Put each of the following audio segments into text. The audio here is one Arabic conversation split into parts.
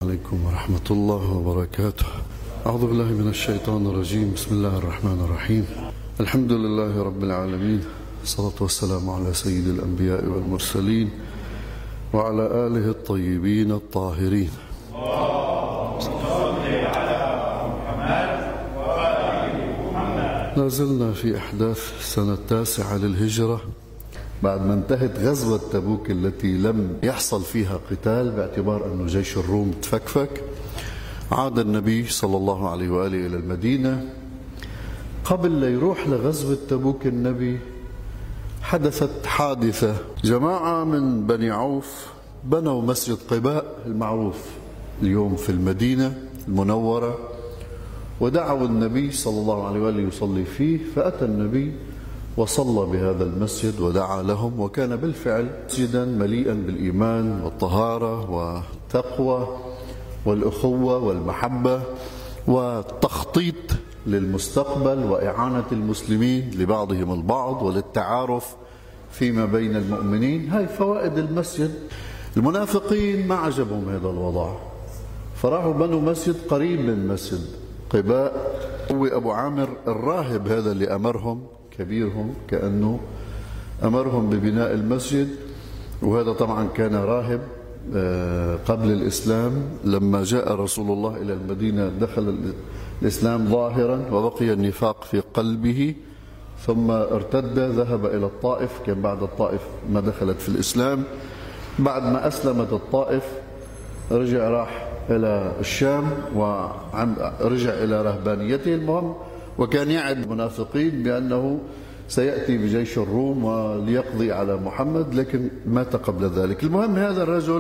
عليكم ورحمة الله وبركاته. أعوذ بالله من الشيطان الرجيم. بسم الله الرحمن الرحيم. الحمد لله رب العالمين، الصلاة والسلام على سيد الأنبياء والمرسلين وعلى آله الطيبين الطاهرين. لازلنا في أحداث السنة التاسعة للهجرة بعد ما انتهت غزوة تبوك التي لم يحصل فيها قتال باعتبار أن جيش الروم تفكفك. عاد النبي صلى الله عليه وآله إلى المدينة. قبل لا يروح لغزوة تبوك النبي حدثت حادثة. جماعة من بني عوف بنوا مسجد قباء المعروف اليوم في المدينة المنورة، ودعوا النبي صلى الله عليه وآله يصلي فيه، فأتى النبي وصلى بهذا المسجد ودعا لهم، وكان بالفعل مسجدا مليئا بالإيمان والطهارة والتقوى والأخوة والمحبة والتخطيط للمستقبل وإعانة المسلمين لبعضهم البعض وللتعارف فيما بين المؤمنين. هاي فوائد المسجد. المنافقين ما عجبهم هذا الوضع، فراحوا بنوا مسجد قريب من مسجد قباء. هو أبو عامر الراهب هذا اللي أمرهم، كبيرهم كأنه أمرهم ببناء المسجد، وهذا طبعا كان راهب قبل الإسلام. لما جاء رسول الله إلى المدينة دخل الإسلام ظاهرا وبقي النفاق في قلبه، ثم ارتد ذهب إلى الطائف. كان بعد الطائف ما دخلت في الإسلام. بعد ما أسلمت الطائف رجع راح إلى الشام ورجع إلى رهبانيته. المهم، وكان يعد المنافقين بأنه سيأتي بجيش الروم وليقضي على محمد، لكن مات قبل ذلك. المهم، هذا الرجل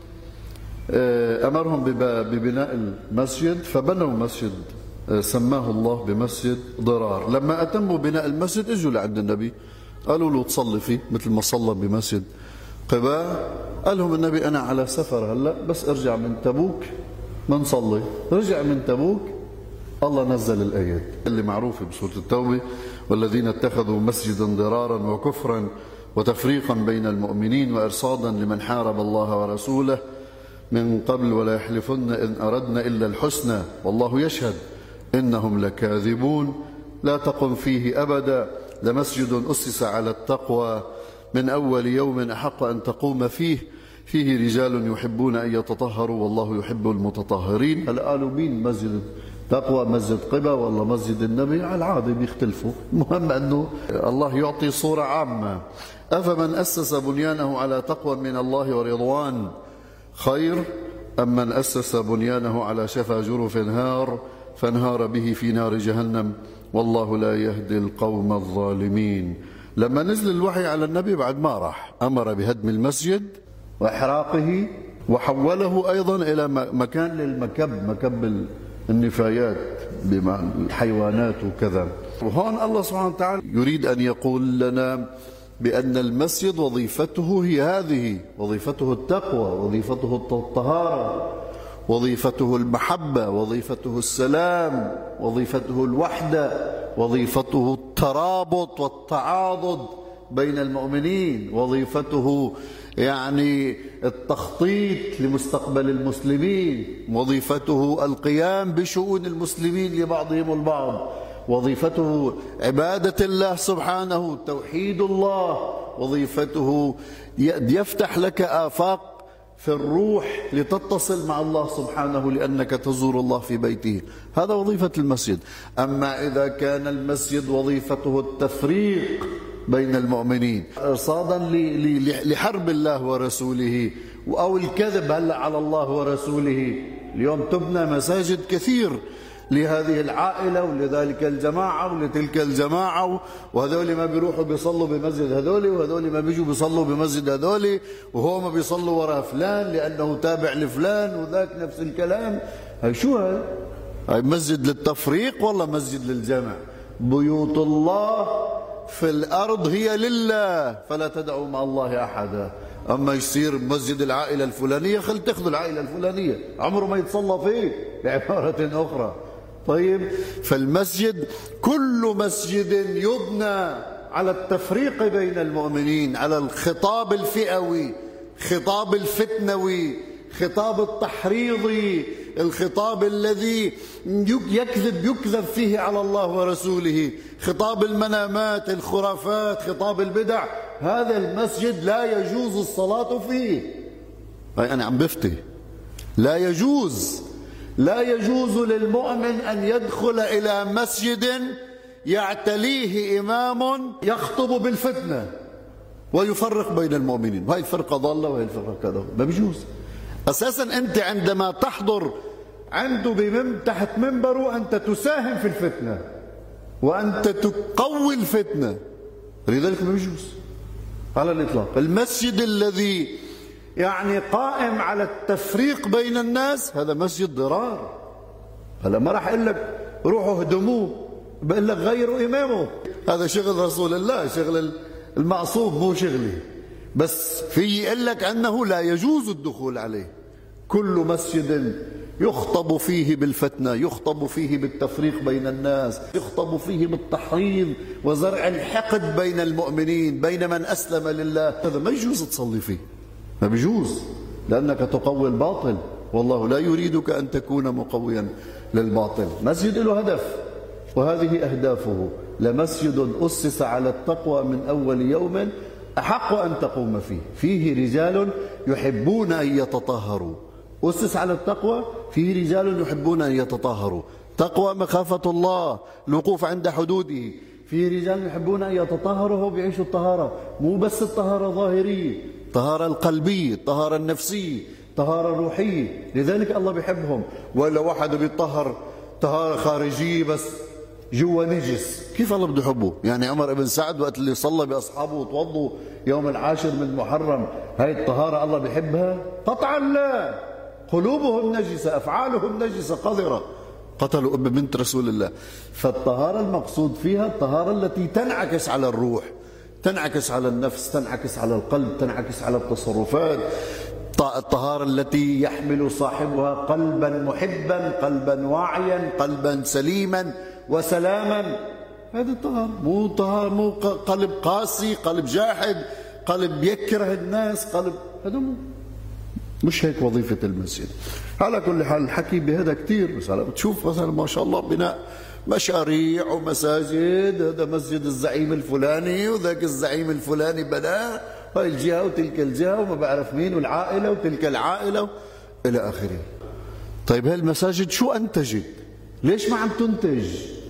أمرهم ببناء المسجد، فبنوا مسجد سماه الله بمسجد ضرار. لما أتموا بناء المسجد اجوا لعند النبي قالوا له تصلي فيه مثل ما صلى بمسجد قباء. قال لهم النبي أنا على سفر هلأ، بس ارجع من تبوك منصلي. رجع من تبوك، الله نزل الآيات اللي معروفة بسورة التوبة: والذين اتخذوا مسجدا ضرارا وكفرا وتفريقا بين المؤمنين وإرصادا لمن حارب الله ورسوله من قبل ولا يحلفن إن أردنا إلا الحسنى والله يشهد إنهم لكاذبون لا تقم فيه أبدا لمسجد أسس على التقوى من أول يوم أحق أن تقوم فيه رجال يحبون أن يتطهروا والله يحب المتطهرين. هل قالوا مين مسجد تقوى، مسجد قباء ولا مسجد النبي؟ على العادة بيختلفوا. المهم أنه الله يعطي صورة عامة. أفمن أسس بنيانه على تقوى من الله ورضوان خير أم من أسس بنيانه على شفا جرف هار فانهار به في نار جهنم والله لا يهدي القوم الظالمين. لما نزل الوحي على النبي بعد ما راح أمر بهدم المسجد وإحراقه، وحوله أيضا إلى مكان مكب النفايات بمعنى الحيوانات وكذا. وهون الله سبحانه وتعالى يريد أن يقول لنا بأن المسجد وظيفته هي هذه: وظيفته التقوى، وظيفته الطهارة، وظيفته المحبة، وظيفته السلام، وظيفته الوحدة، وظيفته الترابط والتعاضد بين المؤمنين، وظيفته يعني التخطيط لمستقبل المسلمين، وظيفته القيام بشؤون المسلمين لبعضهم البعض، وظيفته عبادة الله سبحانه، توحيد الله، وظيفته يفتح لك آفاق في الروح لتتصل مع الله سبحانه لأنك تزور الله في بيته. هذا وظيفة المسجد. أما إذا كان المسجد وظيفته التفريق بين المؤمنين إرصادا لحرب الله ورسوله أو الكذب هلا على الله ورسوله، اليوم تبنى مساجد كثير لهذه العائلة ولذلك الجماعة ولتلك الجماعة، وهذول ما بيروحوا بيصلوا بمسجد هذول، وهذول ما بيجوا بيصلوا بمسجد هذول، وهو ما بيصلوا وراء فلان لأنه تابع لفلان، وذاك نفس الكلام. هاي شو هاي مسجد للتفريق ولا مسجد للجمع؟ بيوت الله في الأرض هي لله فلا تدعوا مع الله أحدا. أما يصير مسجد العائلة الفلانية، خل تأخذوا العائلة الفلانية، عمره ما يتصلى فيه بعبارة أخرى. طيب، فالمسجد كل مسجد يبنى على التفريق بين المؤمنين، على الخطاب الفئوي، خطاب الفتنوي، خطاب التحريضي، الخطاب الذي يكذب فيه على الله ورسوله، خطاب المنامات، الخرافات، خطاب البدع، هذا المسجد لا يجوز الصلاة فيه. أنا عم بفتي، لا يجوز للمؤمن أن يدخل إلى مسجد يعتليه إمام يخطب بالفتنة ويفرق بين المؤمنين، وهي الفرقة ضالة وهي الفرقة كذا، ما بيجوز. أساسا أنت عندما تحضر عنده تحت منبره أنت تساهم في الفتنة وأنت تقوي الفتنة، لذلك ما بيجوز على الإطلاق. المسجد الذي يعني قائم على التفريق بين الناس هذا مسجد ضرار. هلا ما راح اقول لك روحوا هدموه، بقول لك غيروا امامه، هذا شغل رسول الله، شغل المعصوم، مو شغلي. بس في يقول لك انه لا يجوز الدخول عليه. كل مسجد يخطب فيه بالفتنه، يخطب فيه بالتفريق بين الناس، يخطب فيه بالتحريض وزرع الحقد بين المؤمنين، بين من اسلم لله، هذا ما يجوز تصلي فيه، ما بيجوز، لأنك تقوي الباطل، والله لا يريدك أن تكون مقويا للباطل. مسجد له هدف، وهذه أهدافه: لمسجد أسس على التقوى من أول يوم أحق أن تقوم فيه، فيه رجال يحبون أن يتطهروا. أسس على التقوى، فيه رجال يحبون أن يتطهروا، تقوى مخافة الله، الوقوف عند حدوده. فيه رجال يحبون أن يتطهروا وبيعيشوا الطهارة، مو بس الطهارة ظاهرية، الطهارة القلبية، الطهارة النفسية، الطهارة الروحية، لذلك الله بيحبهم. ولا واحد بيطهر طهارة خارجية بس جوا نجس، كيف الله بده يحبه؟ يعني عمر بن سعد وقت اللي صلى بأصحابه وتوضوا يوم العاشر من محرم، هاي الطهارة الله بيحبها؟ قطعا لا. قلوبهم نجسة، أفعالهم نجسة قذرة، قتلوا بنت رسول الله. فالطهارة المقصود فيها الطهارة التي تنعكس على الروح، تنعكس على النفس، تنعكس على القلب، تنعكس على التصرفات. الطهارة التي يحمل صاحبها قلبا محبا، قلبا واعيا، قلبا سليما وسلاما. هذه الطهارة، مو قلب قاسي، قلب جاحد، قلب يكره الناس، قلب، هذا مش هيك وظيفة المسجد. على كل حال الحكي بهذا كثير، مثلا بتشوف مثلا ما شاء الله بناء مشاريع ومساجد، هذا مسجد الزعيم الفلاني وذاك الزعيم الفلاني بناه، هاي الجهة وتلك الجهة وما بعرف مين، والعائلة وتلك العائلة إلى آخره. طيب هالمساجد شو أنتجت؟ ليش ما عم تنتج؟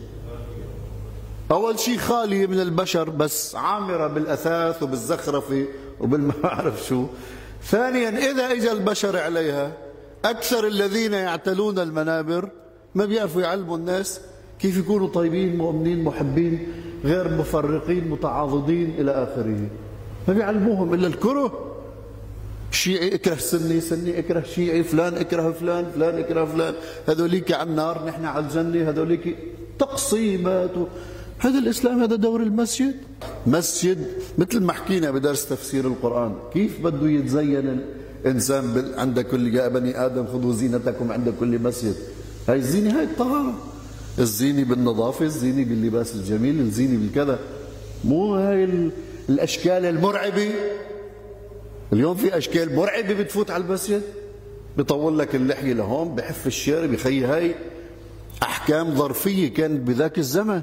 أول شيء خالية من البشر، بس عامرة بالأثاث وبالزخرفة وبالما أعرف شو. ثانيا إذا إجا البشر عليها، أكثر الذين يعتلون المنابر ما بيعرفوا يعلموا الناس كيف يكونوا طيبين، مؤمنين، محبين، غير مفرقين، متعاضدين إلى آخره. ما بيعلموهم إلا الكره. شيعي اكره سني، سني اكره شيعي، فلان اكره فلان، فلان اكره فلان، هذوليك على النار نحن على الجنة، هذوليك تقسيمات. هذا الإسلام، هذا دور المسجد. مسجد مثل ما حكينا بدرس تفسير القرآن، كيف بده يتزين الإنسان عند كل، يا بني آدم خذوا زينتكم عند كل مسجد. هاي الزينة، هاي الطهارة، الزينة بالنظافة، الزينة باللباس الجميل، الزينة بالكذا، مو هاي الأشكال المرعبة. اليوم في أشكال مرعبة بتفوت على المسجد، بيطول لك اللحية لهون، بحف الشارب، يخي هاي أحكام ظرفية كانت بذاك الزمن.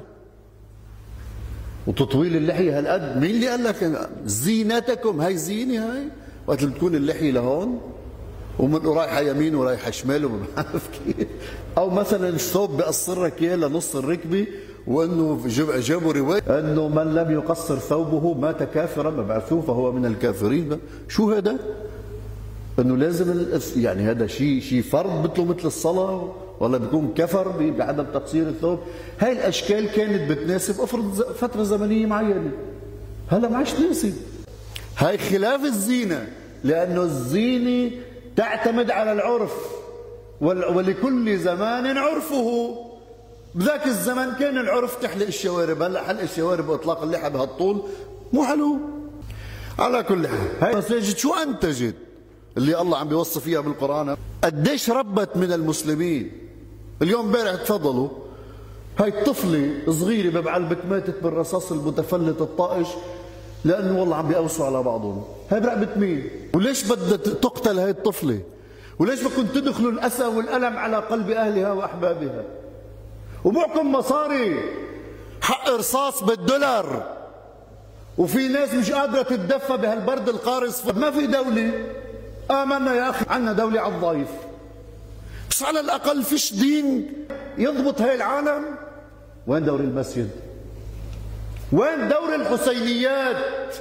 وتطويل اللحية هالقد، مين اللي قال لك زينتكم؟ هاي زينة، هاي وقت اللي بتكون اللحية لهون ومن رايحة يمين ورايحة شمال وما بعرف كيف. أو مثلا الثوب بقصرك إياه لنص الركبة، وانه جابوا روايه انه من لم يقصر ثوبه مات كافرا، ما بعرفوه، فهو من الكافرين. شو هذا؟ انه لازم يعني هذا شيء فرض مثل الصلاه، ولا بيكون كفر بعدم تقصير الثوب؟ هاي الاشكال كانت بتناسب افرض فتره زمنيه معينه، هلا ما عادش تناسب. هاي خلاف الزينه، لانه الزينه تعتمد على العرف، ولكل زمان عرفه. بذاك الزمن كان العرف تحلق الشوارب، هلا حلق الشوارب واطلاق اللحى بهالطول مو حلو. على كل حال هاي المساجد شو انتجت اللي الله عم بيوصف فيها بالقران؟ قديش ربت من المسلمين. اليوم امبارح تفضلوا هاي الطفله صغيره ببعلبك ماتت بالرصاص المتفلت الطائش، لانه والله عم بيقوسوا على بعضهم. هاي برقبه مين؟ وليش بدها تقتل هاي الطفله؟ وليش بدكم تدخلوا الأسى والألم على قلب أهلها وأحبابها؟ ومعكم مصاري، حق رصاص بالدولار، وفي ناس مش قادرة تتدفى بهالبرد القارس. ما في دولة آمنا يا أخي، عنا دولة على الضعيف، بس على الأقل فيش دين يضبط هاي العالم. وين دور المسجد؟ وين دور الحسينيات؟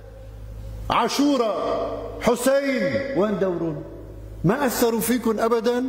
عاشوراء، حسين، وين دورهم؟ ما أثروا فيكم أبدا؟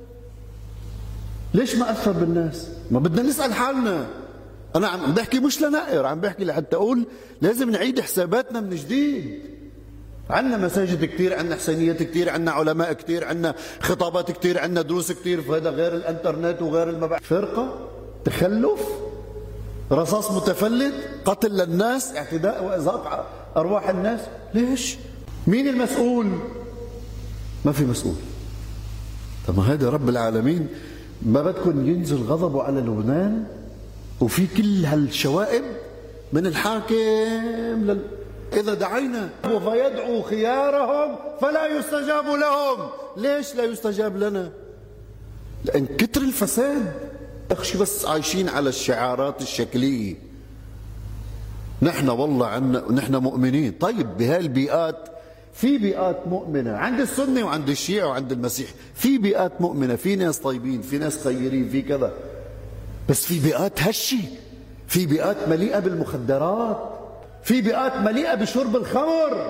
ليش ما أثر بالناس؟ ما بدنا نسأل حالنا. أنا عم بحكي مش لنقر، عم بحكي لحتى أقول لازم نعيد حساباتنا من جديد. عندنا مساجد كتير، عندنا حسينيات كتير، عندنا علماء كتير، عندنا خطابات كتير، عندنا دروس كتير، فهذا غير الانترنت وغير المباحث. فرقة، تخلف، رصاص متفلت، قتل للناس، اعتداء وإزهاق أرواح الناس. ليش؟ مين المسؤول؟ ما في مسؤول. طب ما هذا رب العالمين ما بدكم ينزل غضبه على لبنان وفي كل هالشوائب من الحاكم إذا دعينا فيدعو خيارهم فلا يستجاب لهم. ليش لا يستجاب لنا؟ لأن كتر الفساد. أخشي بس عايشين على الشعارات الشكلية. نحن والله عنا، نحن مؤمنين. طيب بهاي البيئات، في بيئات مؤمنة عند السنة وعند الشيعة وعند المسيح، في بيئات مؤمنة، في ناس طيبين، في ناس خيرين، في كذا. بس في بيئات هشة، في بيئات مليئة بالمخدرات، في بيئات مليئة بشرب الخمر،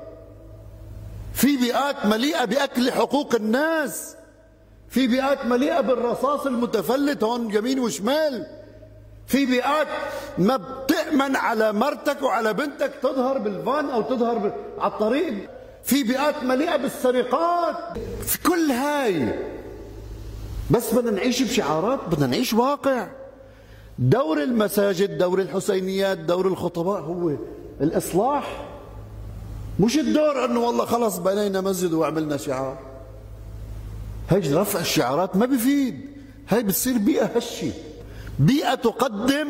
في بيئات مليئة بأكل حقوق الناس، في بيئات مليئة بالرصاص المتفلت هون يمين وشمال، في بيئات ما بتأمن على مرتك وعلى بنتك تظهر بالفان أو تظهر على الطريق، في بيئات مليئة بالسرقات. في كل هاي بس بدنا نعيش بشعارات، بدنا نعيش واقع. دور المساجد، دور الحسينيات، دور الخطباء هو الإصلاح، مش الدور أنه والله خلص بنينا مسجد وعملنا شعار. هاي رفع الشعارات ما بيفيد. هاي بتصير بيئة هشة، بيئة تقدم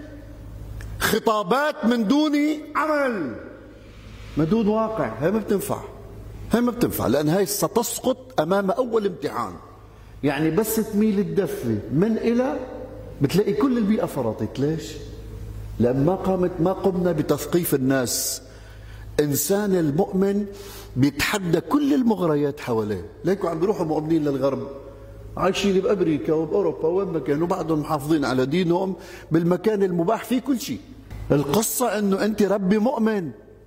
خطابات من دون عمل، من دون واقع. هاي ما بتنفع، هاي ما بتنفع، لأن هاي ستسقط أمام أول امتحان. يعني بس تميل الدفة من إلى بتلاقي كل البيئة فرطت. ليش؟ لأن ما قمنا بتثقيف الناس. إنسان المؤمن بيتحدى كل المغريات حواليه. ليكوا عم بيروحوا مؤمنين للغرب عايشين بأمريكا وبأوروبا وين ما كانوا، بعضهم محافظين على دينهم بالمكان المباح فيه كل شيء. القصة إنه أنت ربي مؤمن،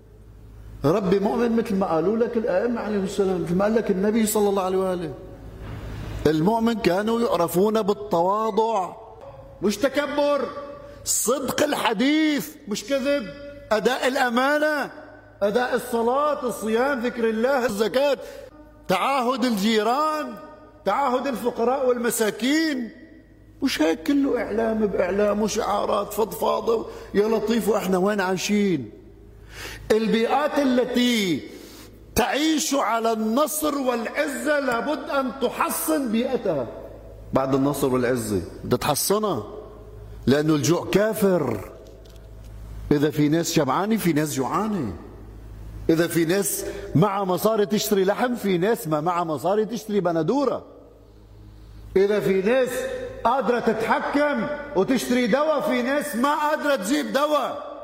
ربي مؤمن مثل ما قالوا لك الأئمة عليهم السلام، مثل ما قال لك النبي صلى الله عليه وآله. المؤمن كانوا يعرفون بالتواضع، مش تكبر، صدق الحديث مش كذب، أداء الأمانة، أداء الصلاة، الصيام، ذكر الله، الزكاة، تعاهد الجيران، تعاهد الفقراء والمساكين. مش هيك كله إعلام بإعلام وشعارات فضفاضة يا لطيف. وإحنا وين عايشين؟ البيئات التي تعيش على النصر والعزة لابد أن تحصن بيئتها. بعد النصر والعزة بدها تحصنها، لأنه الجوع كافر. إذا في ناس شبعانة في ناس جوعانة. إذا في ناس مع مصاري تشتري لحم في ناس ما مع مصاري تشتري بندورة. إذا في ناس قادرة تتحكم وتشتري دواء في ناس ما قادرة تجيب دواء.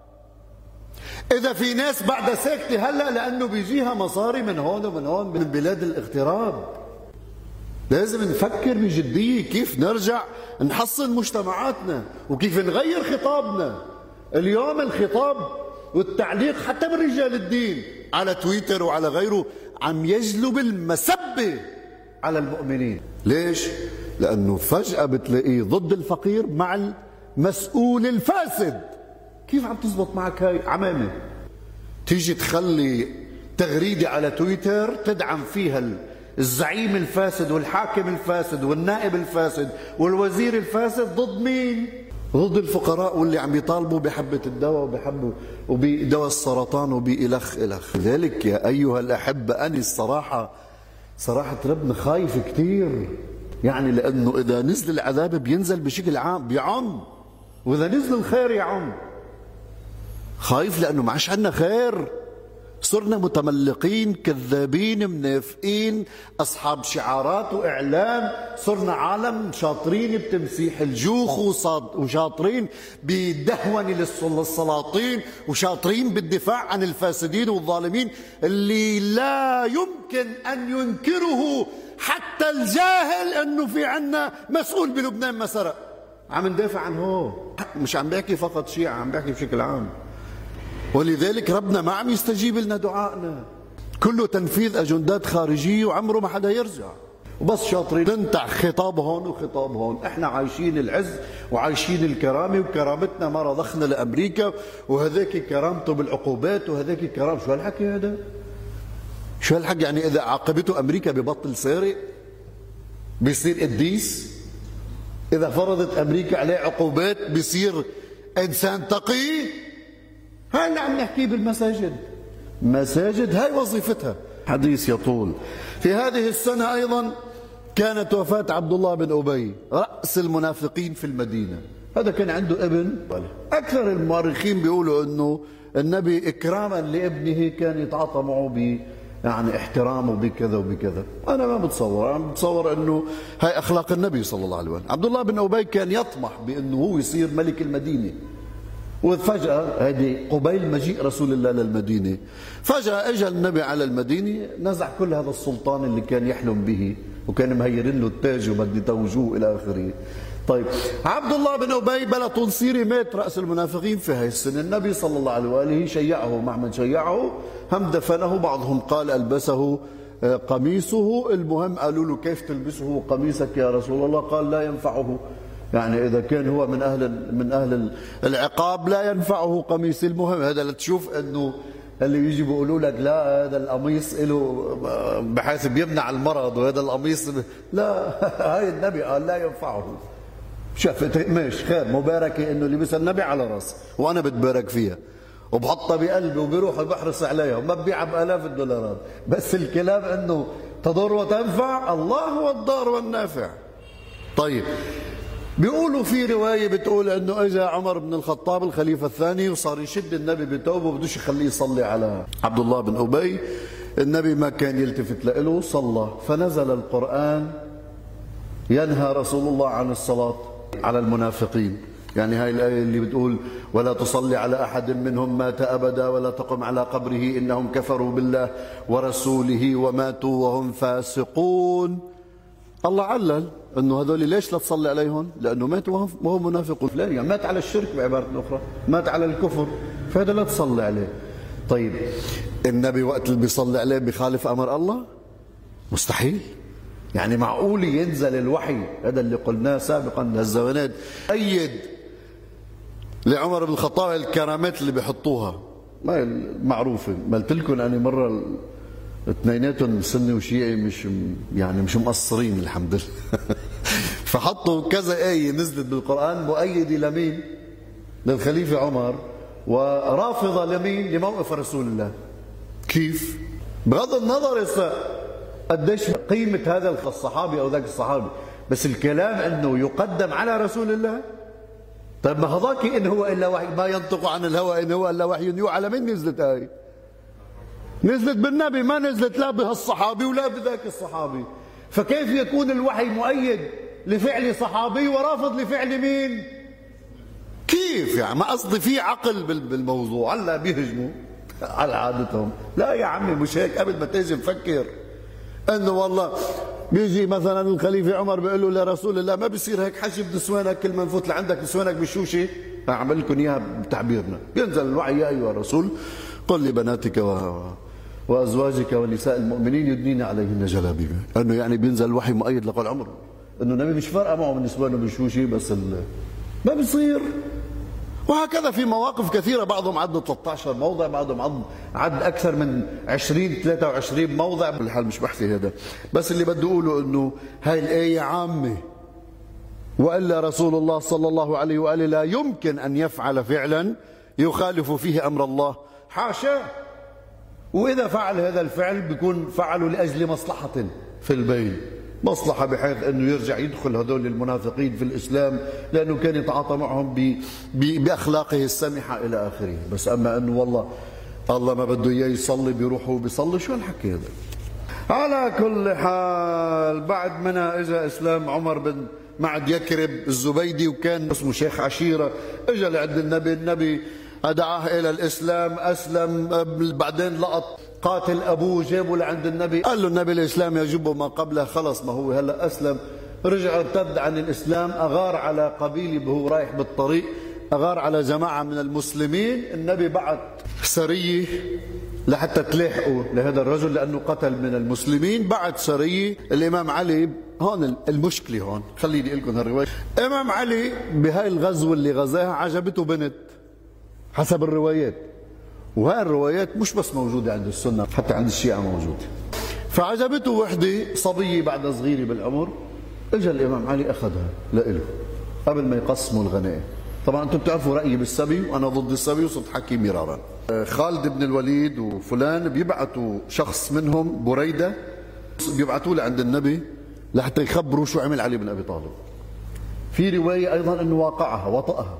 إذا في ناس بعد ساكتة هلأ لأنه بيجيها مصاري من هون ومن هون من بلاد الاغتراب. لازم نفكر بجدية كيف نرجع نحصن مجتمعاتنا وكيف نغير خطابنا. اليوم الخطاب والتعليق حتى من رجال الدين على تويتر وعلى غيره عم يجلب المسبة على المؤمنين. ليش؟ لأنه فجأة بتلاقيه ضد الفقير مع المسؤول الفاسد. كيف عم تزبط معك هاي عمامة؟ تيجي تخلي تغريدة على تويتر تدعم فيها الزعيم الفاسد والحاكم الفاسد والنائب الفاسد والوزير الفاسد. ضد مين؟ ضد الفقراء واللي عم يطالبوا بحبة الدواء وبدواء السرطان وبإلخ إلخ. لذلك يا أيها الأحبة أنا صراحة ربنا خايف كتير. يعني لأنه إذا نزل العذاب بينزل بشكل عام بيعم، وإذا نزل الخير يعم. خايف لأنه ما عادش عندنا خير، صرنا متملقين، كذابين، منافقين، أصحاب شعارات وإعلام. صرنا عالم شاطرين بتمسيح الجوخ، وشاطرين بالدهون للسلاطين، وشاطرين بالدفاع عن الفاسدين والظالمين اللي لا يمكن أن ينكره حتى الجاهل أنه في عنا مسؤول بلبنان ما سرق. عم ندافع عن هو، مش عم بحكي فقط شيعة، عم بحكي بشكل عام. ولذلك ربنا ما عم يستجيب لنا دعائنا، كله تنفيذ أجندات خارجية وعمره ما حدا يرجع، وبس شاطرين ننتع خطاب هون وخطاب هون. احنا عايشين العز وعايشين الكرامة، وكرامتنا ما رضخنا لأمريكا، وهذاك كرامته بالعقوبات، وهذاك كرام. شو هالحكي هذا؟ شو هالحكي؟ يعني إذا عاقبته أمريكا ببطل سارق بيصير قديس؟ إذا فرضت أمريكا عليه عقوبات بيصير إنسان تقي؟ هاي اللي عم نحكيه بالمساجد. مساجد هاي وظيفتها. حديث يطول. في هذه السنة أيضا كانت وفاة عبد الله بن أبي رأس المنافقين في المدينة. هذا كان عنده ابن. أكثر المؤرخين بيقولوا أنه النبي إكراما لابنه كان يتعاطى معه يعني احترامه بكذا وبكذا. أنا ما بتصور، أنا بتصور أنه هاي أخلاق النبي صلى الله عليه وسلم. عبد الله بن أبي كان يطمح بأنه هو يصير ملك المدينة، وفجأة هذه قبيل مجيء رسول الله للمدينة، فجأة اجى النبي على المدينة نزع كل هذا السلطان اللي كان يحلم به، وكان مهيرين له التاج وبده يتوجوه إلى آخره. طيب عبد الله بن أبي بلا طول سيرة مات رأس المنافقين في هاي السنة. النبي صلى الله عليه وآله شيعه، مع من شيعه هم دفنه، بعضهم قال ألبسه قميصه. المهم قالوا له كيف تلبسه قميصك يا رسول الله؟ قال لا ينفعه، يعني إذا كان هو من أهل العقاب لا ينفعه قميص. المهم هذا لتشوف أنه اللي يجي بيقولوا لك لا هذا القميص له بحيث بيمنع المرض، وهذا القميص لا هاي النبي قال لا ينفعه. شفت ماشي خير، مباركة انه لبس النبي على راسي وانا بتبارك فيها وبحطها بقلبي وبروح بحرص عليها وما ببيعها بالاف الدولارات، بس الكلام انه تضر وتنفع، الله هو الضار والنافع. طيب بيقولوا في رواية بتقول انه اجى عمر بن الخطاب الخليفة الثاني وصار يشد النبي بثوبه وبدوش يخليه يصلي على عبد الله بن أبي. النبي ما كان يلتفت له، صلى، فنزل القرآن ينهى رسول الله عن الصلاة على المنافقين. يعني هاي الآية اللي بتقول ولا تصلي على أحد منهم مات أبدا ولا تقم على قبره إنهم كفروا بالله ورسوله وماتوا وهم فاسقون. الله علل انه هذول ليش لا تصلي عليهم؟ لانه ماتوا وهم منافقون. يعني مات على الشرك بعبارة أخرى، مات على الكفر، فهذا لا تصلي عليه. طيب النبي وقت اللي بيصلي عليه بخالف أمر الله؟ مستحيل. يعني معقول ينزل الوحي، هذا اللي قلناه سابقا هالزمانات، أيد لعمر بن الخطاب الكرامات اللي بيحطوها ما معروفة. قلت لكم أنا مرة اثنيناتهم سني وشيعي مش مقصرين الحمد لله. فحطوا كذا آية نزلت بالقرآن مؤيدة لمين؟ للخليفة عمر، ورافضة لمين؟ لموقف رسول الله. كيف؟ بغض النظر قديش قيمة هذا الصحابي أو ذاك الصحابي، بس الكلام أنه يقدم على رسول الله. طيب ما هذاك إن هو إلا وحي، ما ينطق عن الهوى إن هو إلا وحي يوحى. على من نزلت هاي؟ نزلت بالنبي، ما نزلت لا بهالصحابي ولا بذاك الصحابي. فكيف يكون الوحي مؤيد لفعل صحابي ورافض لفعل مين؟ كيف يعني؟ ما قصدي في عقل بالموضوع. هلا بيهجموا على عادتهم. لا يا عمي مش هيك. قبل ما تيجي مفكر انه والله بيجي مثلا الخليفه عمر بيقول له لرسول الله ما بيصير هيك، حجب نسوانك كل ما نفوت لعندك نسوانك بالشوشه، اعمل لكم اياها بتعبيرنا. بينزل الوحي يا ايها الرسول قل لبناتك وازواجك ونساء المؤمنين يدنين عليهن جلابيبه. انه يعني بينزل الوحي مؤيد لقول عمر انه النبي مش فارقه معه من نسوانه بالشوشه، بس ما بيصير. وهكذا في مواقف كثيرة، بعضهم عد 13 موضع، بعضهم عد أكثر من 20-23 موضع. بالحال مش بحثي هذا، بس اللي بدي أقوله أنه هاي الآية عامة، وإلا رسول الله صلى الله عليه وآله لا يمكن أن يفعل فعلا يخالف فيه أمر الله، حاشا. وإذا فعل هذا الفعل بيكون فعله لأجل مصلحة في البين، مصلحة بحيث أنه يرجع يدخل هذول المنافقين في الإسلام، لأنه كان يتعاطى معهم بأخلاقه السامحة إلى آخره. بس أما أنه والله الله ما بده اياه يصلي بيروح وبيصلي، شو الحكي هذا؟ على كل حال بعد منها اجى اسلام عمر بن معد يكرب الزبيدي، وكان اسمه شيخ عشيره، اجى لعند النبي دعاه الى الاسلام، اسلم، بعدين لقط قاتل ابوه جابه لعند النبي، قال له النبي الاسلام يجب ما قبله، خلص ما هو هلا اسلم، رجع ارتد عن الاسلام، اغار على قبيله وهو رايح بالطريق، اغار على جماعه من المسلمين، النبي بعت سريه لحتى تلاحقوا لهذا الرجل لانه قتل من المسلمين، بعت سريه. الامام علي هون المشكله، هون خليني اقول لكم هالروايه. الامام علي بهاي الغزوه اللي غزاها عجبته بنت حسب الروايات، وهاي الروايات مش بس موجوده عند السنه، حتى عند الشيعه موجوده. فعجبته وحده صبيه بعد صغيره بالعمر، اجى الامام علي اخذها لإله قبل ما يقسموا الغنائم. طبعا انتم بتعرفوا رايي بالسبي، وانا ضد السبي وصرت حكي مرارا. خالد بن الوليد وفلان بيبعتوا شخص منهم بريده، بيبعتوه لعند النبي لحتى يخبروا شو عمل علي بن ابي طالب. في روايه ايضا انه واقعها وطأها.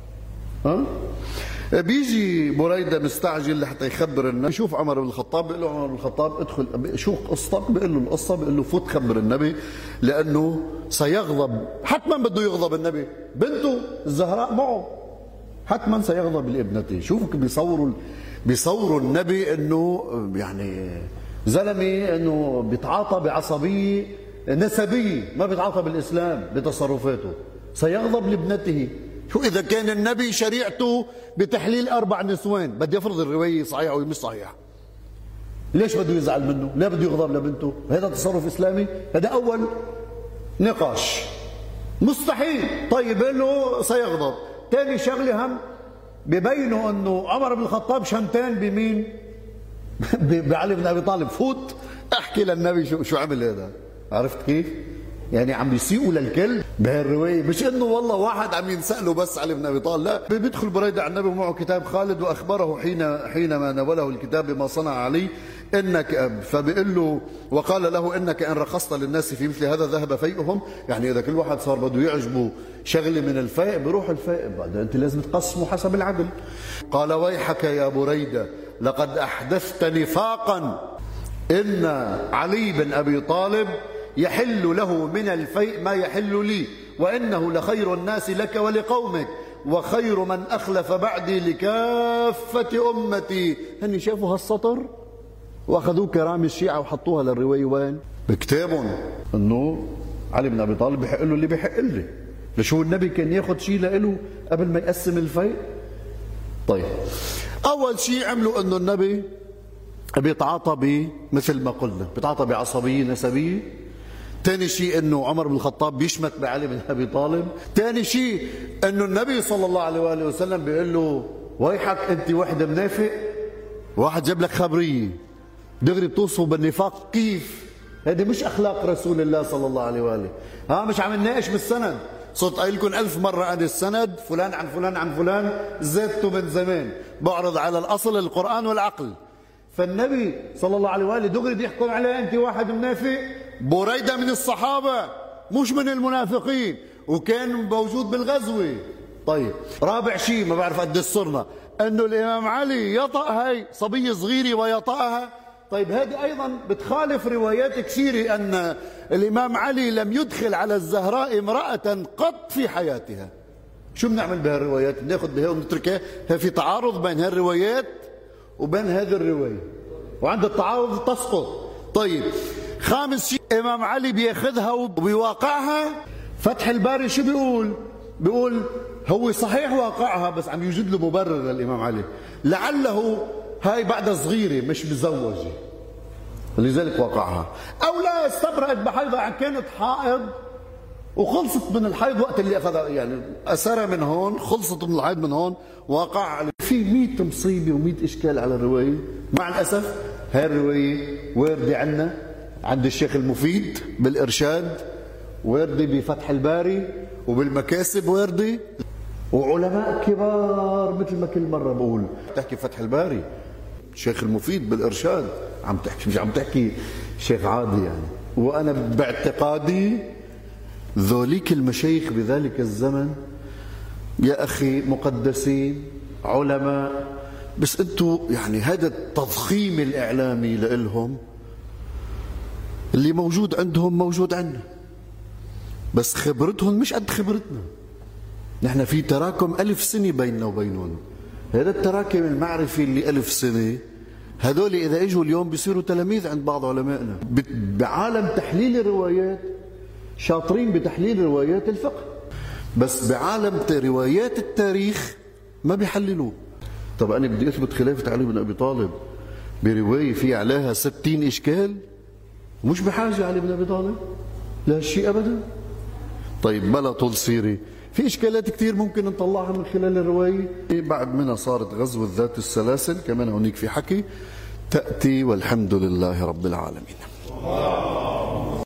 بيجي بريده مستعجل لحتى يخبر النبي، يشوف عمر بن الخطاب، بيقول له عمر بن الخطاب ادخل شو قصتك؟ بيقول له القصه، بيقول له فوت خبر النبي لانه سيغضب، حتما بده يغضب النبي، بنته الزهراء معه، حتما سيغضب لابنته. شوفوا بيصوروا النبي انه يعني زلمه، انه بيتعاطى بعصبيه نسبيه، ما بيتعاطى بالاسلام بتصرفاته، سيغضب لابنته. شو إذا كان النبي شريعته بتحليل 4 نسوان، بدي أفرض الرواية صحيحة أو مش صحيحة، ليش بده يزعل منه؟ لا بده يغضب لبنته؟ هذا تصرف إسلامي؟ هذا أول نقاش، مستحيل. طيب بيقول له سيغضب. ثاني شغلة هم ببينوا أنه عمر بن الخطاب شمتان بمين؟ بعلي بن أبي طالب. فوت احكي للنبي شو عمل هذا، عرفت كيف؟ يعني عم بيسيئوا للكل بهالروايه، مش انه والله واحد عم ينسأله بس علي بن ابي طالب، لا، بيدخل بريده على النبي ومعه كتاب خالد، واخبره حينما ناوله الكتاب بما صنع علي انك، فبيقول له وقال له انك ان رخصت للناس في مثل هذا ذهب فيئهم، يعني اذا كل واحد صار بده يعجبه شغله من الفيء بيروح الفيء، بعد انت لازم تقسمه حسب العدل. قال ويحك يا بريده لقد احدثت نفاقا، ان علي بن ابي طالب يحل له من الفيء ما يحل لي، وإنه لخير الناس لك ولقومك، وخير من أخلف بعدي لكافة أمتي. هني شافوا هالسطر وأخذوه كرام الشيعة وحطوها للرواية وين؟ بكتابهم، إنه علي بن أبي طالب بحق له اللي بحق له. لشو النبي كان ياخذ شيء لإله قبل ما يقسم الفيء؟ طيب أول شيء عملوا إنه النبي بيتعاطى مثل ما قلنا، بيتعاطى بعصبية نسبية. ثاني شيء انه عمر بن الخطاب بيشمت بعلي بن ابي طالب. ثاني شيء انه النبي صلى الله عليه واله وسلم بيقول له ويحك انت وحده منافق، واحد جاب لك خبريه دغري بتوصفه بالنفاق، كيف؟ هذه مش اخلاق رسول الله صلى الله عليه واله. مش عم نناقش بالسند، صرت قايل لكم 1000 مره عن السند، فلان عن فلان عن فلان، زادته من زمان، بعرض على الاصل القران والعقل. فالنبي صلى الله عليه واله دغري بده يحكم عليه انت واحد منافق. بريده من الصحابه مش من المنافقين، وكان موجود بالغزوه. طيب رابع شيء ما بعرف قد صرنا، انه الامام علي يطأ هاي صبيه صغيره ويطأها. طيب هذه ايضا بتخالف روايات كثيره ان الامام علي لم يدخل على الزهراء امراه قط في حياتها. شو بنعمل بهالروايات؟ بناخذ بها ونتركها؟ في تعارض بين هالروايات وبين هذه الروايه، وعند التعارض تسقط. طيب خامس شيء امام علي بياخذها وبيواقعها. فتح الباري شو بيقول هو صحيح واقعها، بس عم يوجد له مبرر للامام علي، لعله هاي بعد صغيره مش مزوجه لذلك وقعها، او لا استبرأت بحيضها، كانت حائض وخلصت من الحيض وقت اللي اخذها، يعني اسرها من هون، خلصت من الحيض من هون، وقع عليه. في 100 مصيبه و100 اشكال على الروايه. مع الاسف هاي الروايه وارده عندنا عند الشيخ المفيد بالارشاد، وارده بفتح الباري، وبالمكاسب وارده، وعلماء كبار مثل ما كل مره بقول تحكي فتح الباري، الشيخ المفيد بالارشاد، عم تحكي مش عم تحكي شيخ عادي يعني. وانا باعتقادي ذوليك المشايخ بذلك الزمن يا اخي مقدسين علماء بس انتوا يعني هذا التضخيم الإعلامي لإلهم اللي موجود عندهم موجود عندنا، بس خبرتهم مش قد خبرتنا. نحن في تراكم 1000 سنة بيننا وبينهم. هذا التراكم المعرفي اللي 1000 سنة، هذول إذا إجوا اليوم بيصيروا تلاميذ عند بعض علمائنا. بعالم تحليل الروايات شاطرين بتحليل روايات الفقه، بس بعالم روايات التاريخ ما بيحللوه. طب أنا بدي أثبت خلافة علي بن أبي طالب برواية في عليها 60 إشكال، مش بحاجة علي بن أبي طالب لا شيء أبدا. طيب بلا طول سيري، في إشكالات كتير ممكن نطلعها من خلال الرواية. بعد منها صارت غزوة ذات السلاسل، كمان هونيك في حكي تأتي، والحمد لله رب العالمين.